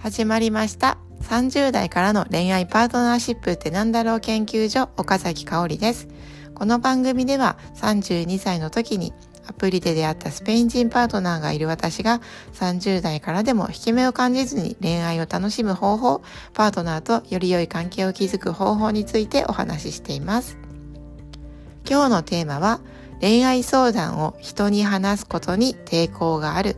始まりました。30代からの恋愛パートナーシップってなんだろう研究所、岡崎香織です。この番組では32歳の時にアプリで出会ったスペイン人パートナーがいる私が30代からでも引け目を感じずに恋愛を楽しむ方法、パートナーとより良い関係を築く方法についてお話ししています。今日のテーマは恋愛相談を人に話すことに抵抗がある。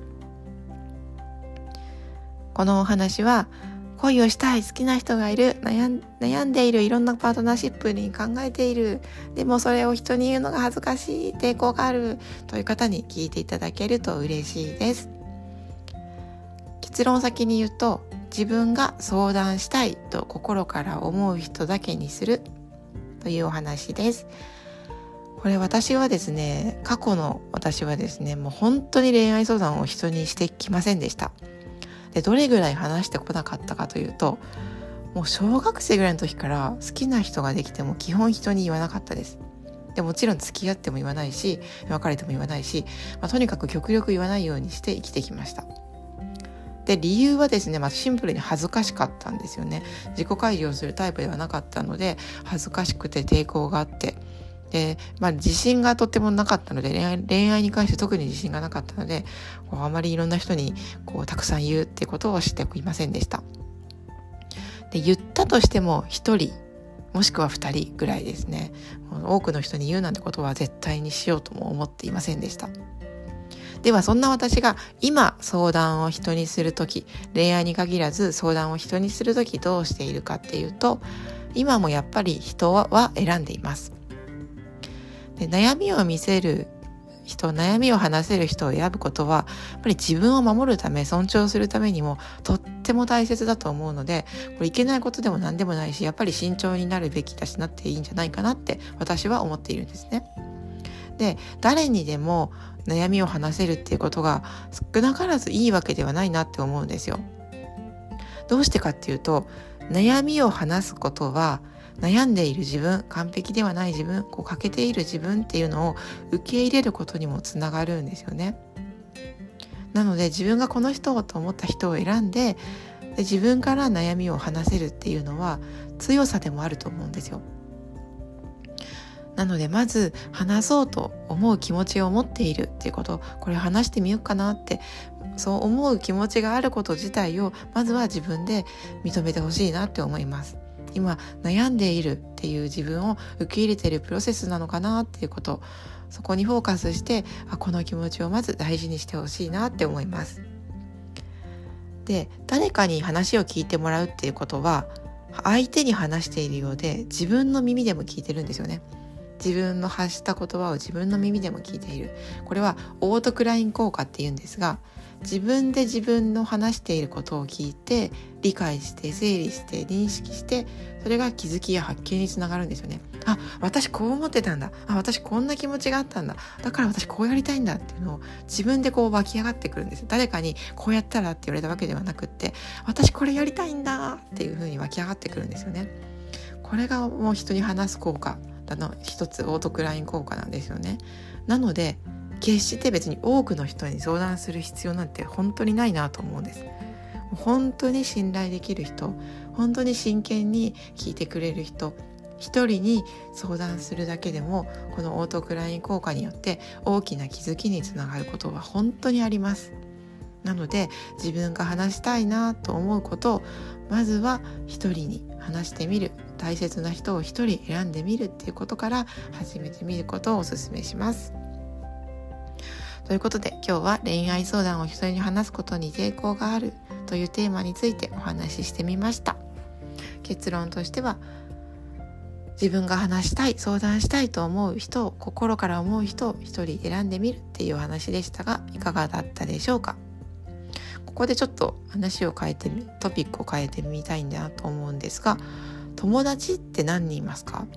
このお話は恋をしたい、好きな人がいる、悩んでいる、いろんなパートナーシップに考えている、でもそれを人に言うのが恥ずかしい、抵抗があるという方に聞いていただけると嬉しいです。結論を先に言うと、自分が相談したいと心から思う人だけにするというお話です。これ私はですね、過去の私はですね、もう本当に恋愛相談を人にしてきませんでした。で、どれぐらい話してこなかったかというと、もう小学生ぐらいの時から好きな人ができても基本人に言わなかったです。でもちろん付き合っても言わないし、別れても言わないし、とにかく極力言わないようにして生きてきました。で、理由はですね、シンプルに恥ずかしかったんですよね。自己開示をするタイプではなかったので、恥ずかしくて抵抗があって、で、自信がとってもなかったので、恋愛に関して特に自信がなかったので、あまりいろんな人にたくさん言うってことをしていませんでした。で、言ったとしても1人もしくは2人ぐらいですね。多くの人に言うなんてことは絶対にしようとも思っていませんでした。ではそんな私が今相談を人にするとき、恋愛に限らず相談を人にするときどうしているかっていうと、今もやっぱり人は選んでいます。で、悩みを見せる人、悩みを話せる人を選ぶことはやっぱり自分を守るため、尊重するためにもとっても大切だと思うので、これいけないことでも何でもないし、やっぱり慎重になるべきだし、なっていいんじゃないかなって私は思っているんですね。で、誰にでも悩みを話せるっていうことが少なからずいいわけではないなって思うんですよ。どうしてかっていうと、悩みを話すことは悩んでいる自分、完璧ではない自分、欠けている自分っていうのを受け入れることにもつながるんですよね。なので自分がこの人をと思った人を選んで、自分から悩みを話せるっていうのは強さでもあると思うんですよ。なのでまず話そうと思う気持ちを持っているっていうこと、これ話してみようかなって、そう思う気持ちがあること自体をまずは自分で認めてほしいなって思います。今悩んでいるっていう自分を受け入れているプロセスなのかなっていうこと、そこにフォーカスして、この気持ちをまず大事にしてほしいなって思います。で、誰かに話を聞いてもらうっていうことは相手に話しているようで、自分の耳でも聞いてるんですよね。自分の発した言葉を自分の耳でも聞いている。これはオートクライン効果っていうんですが、自分で自分の話していることを聞いて、理解して、整理して、認識して、それが気づきや発見につながるんですよね。私こう思ってたんだ。私こんな気持ちがあったんだ。だから私こうやりたいんだっていうのを自分で湧き上がってくるんです。誰かにこうやったらって言われたわけではなくって、私これやりたいんだっていう風に湧き上がってくるんですよね。これがもう人に話す効果の一つ、オートクライン効果なんですよね。なので決して別に多くの人に相談する必要なんて本当にないなと思うんです。本当に信頼できる人、本当に真剣に聞いてくれる人、一人に相談するだけでもこのオートクライン効果によって大きな気づきにつながることは本当にあります。なので自分が話したいなと思うことをまずは一人に話してみる、大切な人を一人選んでみるっていうことから始めてみることをお勧めします。ということで今日は恋愛相談を人に話すことに抵抗があるというテーマについてお話ししてみました。結論としては、自分が話したい、相談したいと思う人を、心から思う人を一人選んでみるっていうお話でしたが、いかがだったでしょうか。ここでちょっと話を変えて、トピックを変えてみたいんだなと思うんですが、友達って何人いますか？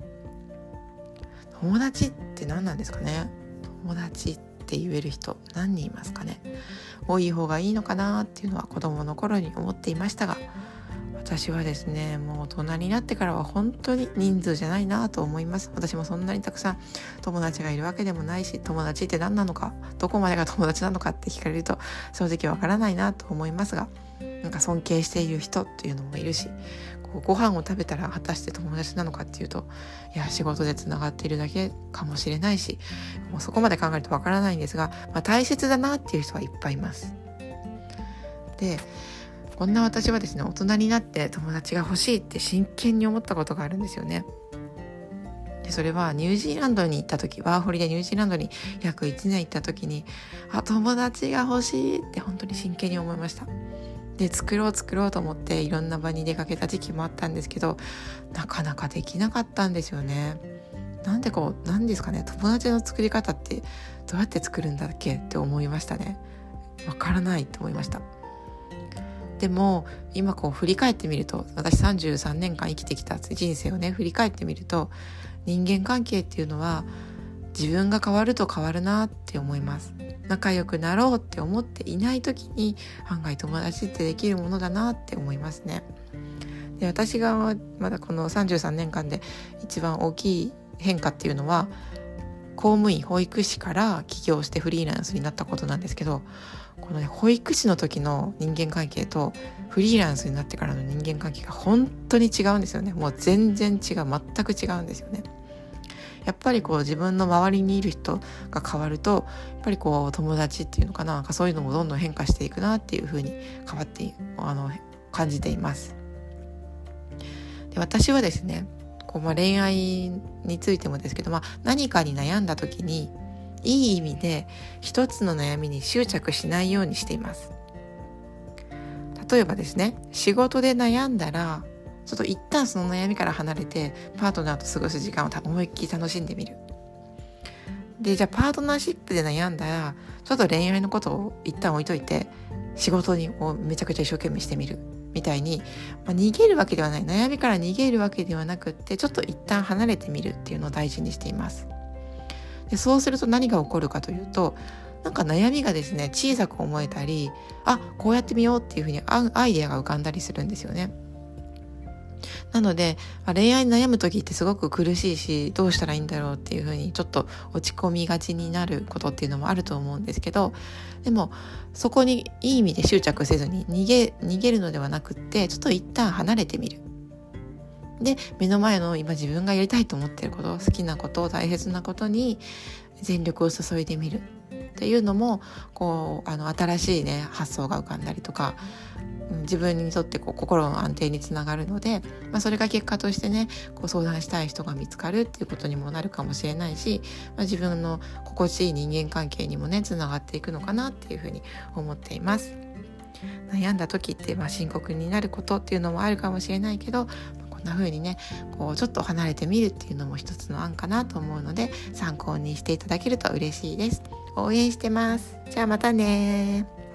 友達って何なんですかね。友達って言える人何人いますかね。多い方がいいのかなっていうのは子供の頃に思っていましたが、私はですね、もう大人になってからは本当に人数じゃないなと思います。私もそんなにたくさん友達がいるわけでもないし、友達って何なのか、どこまでが友達なのかって聞かれると正直わからないなと思いますが、 なんか尊敬している人っていうのもいるし、ご飯を食べたら果たして友達なのかっていうと、いや仕事でつながっているだけかもしれないし、もうそこまで考えるとわからないんですが、大切だなっていう人はいっぱいいます。で、こんな私はですね、大人になって友達が欲しいって真剣に思ったことがあるんですよね。でそれはニュージーランドに行った時、ワーホリでニュージーランドに約1年行った時に、友達が欲しいって本当に真剣に思いました。で作ろうと思っていろんな場に出かけた時期もあったんですけど、なかなかできなかったんですよね。なんですかね、友達の作り方ってどうやって作るんだっけって思いましたね。わからないと思いました。でも今振り返ってみると、私33年間生きてきた人生をね振り返ってみると、人間関係っていうのは自分が変わると変わるなって思います。仲良くなろうって思っていない時に案外友達ってできるものだなって思いますね。で、私がまだこの33年間で一番大きい変化っていうのは、公務員保育士から起業してフリーランスになったことなんですけど、このね、保育士の時の人間関係とフリーランスになってからの人間関係が本当に違うんですよね。もう全然違う、全く違うんですよね。やっぱり自分の周りにいる人が変わると、やっぱり友達っていうのかな、そういうのもどんどん変化していくなっていう風に変わって感じています。で、私はですね、恋愛についてもですけど、何かに悩んだ時にいい意味で一つの悩みに執着しないようにしています。例えばですね、仕事で悩んだらちょっと一旦その悩みから離れてパートナーと過ごす時間を思いっきり楽しんでみる。で、じゃあパートナーシップで悩んだらちょっと恋愛のことを一旦置いといて仕事にめちゃくちゃ一生懸命してみるみたいに、逃げるわけではない、悩みから逃げるわけではなくって、ちょっと一旦離れてみるっていうのを大事にしています。で、そうすると何が起こるかというと、なんか悩みがですね小さく思えたり、こうやってみようっていうふうにアイデアが浮かんだりするんですよね。なので、恋愛に悩む時ってすごく苦しいし、どうしたらいいんだろうっていうふうにちょっと落ち込みがちになることっていうのもあると思うんですけど、でもそこにいい意味で執着せずに逃げるのではなくって、ちょっと一旦離れてみる。で、目の前の今自分がやりたいと思っていること、好きなこと、大切なことに全力を注いでみるっていうのも、新しいね発想が浮かんだりとか、自分にとって心の安定につながるので、それが結果としてね相談したい人が見つかるっていうことにもなるかもしれないし、自分の心地いい人間関係にもねつながっていくのかなっていうふうに思っています。悩んだ時って深刻になることっていうのもあるかもしれないけど、こんな風にねちょっと離れてみるっていうのも一つの案かなと思うので、参考にしていただけると嬉しいです。応援してます。じゃあまたね。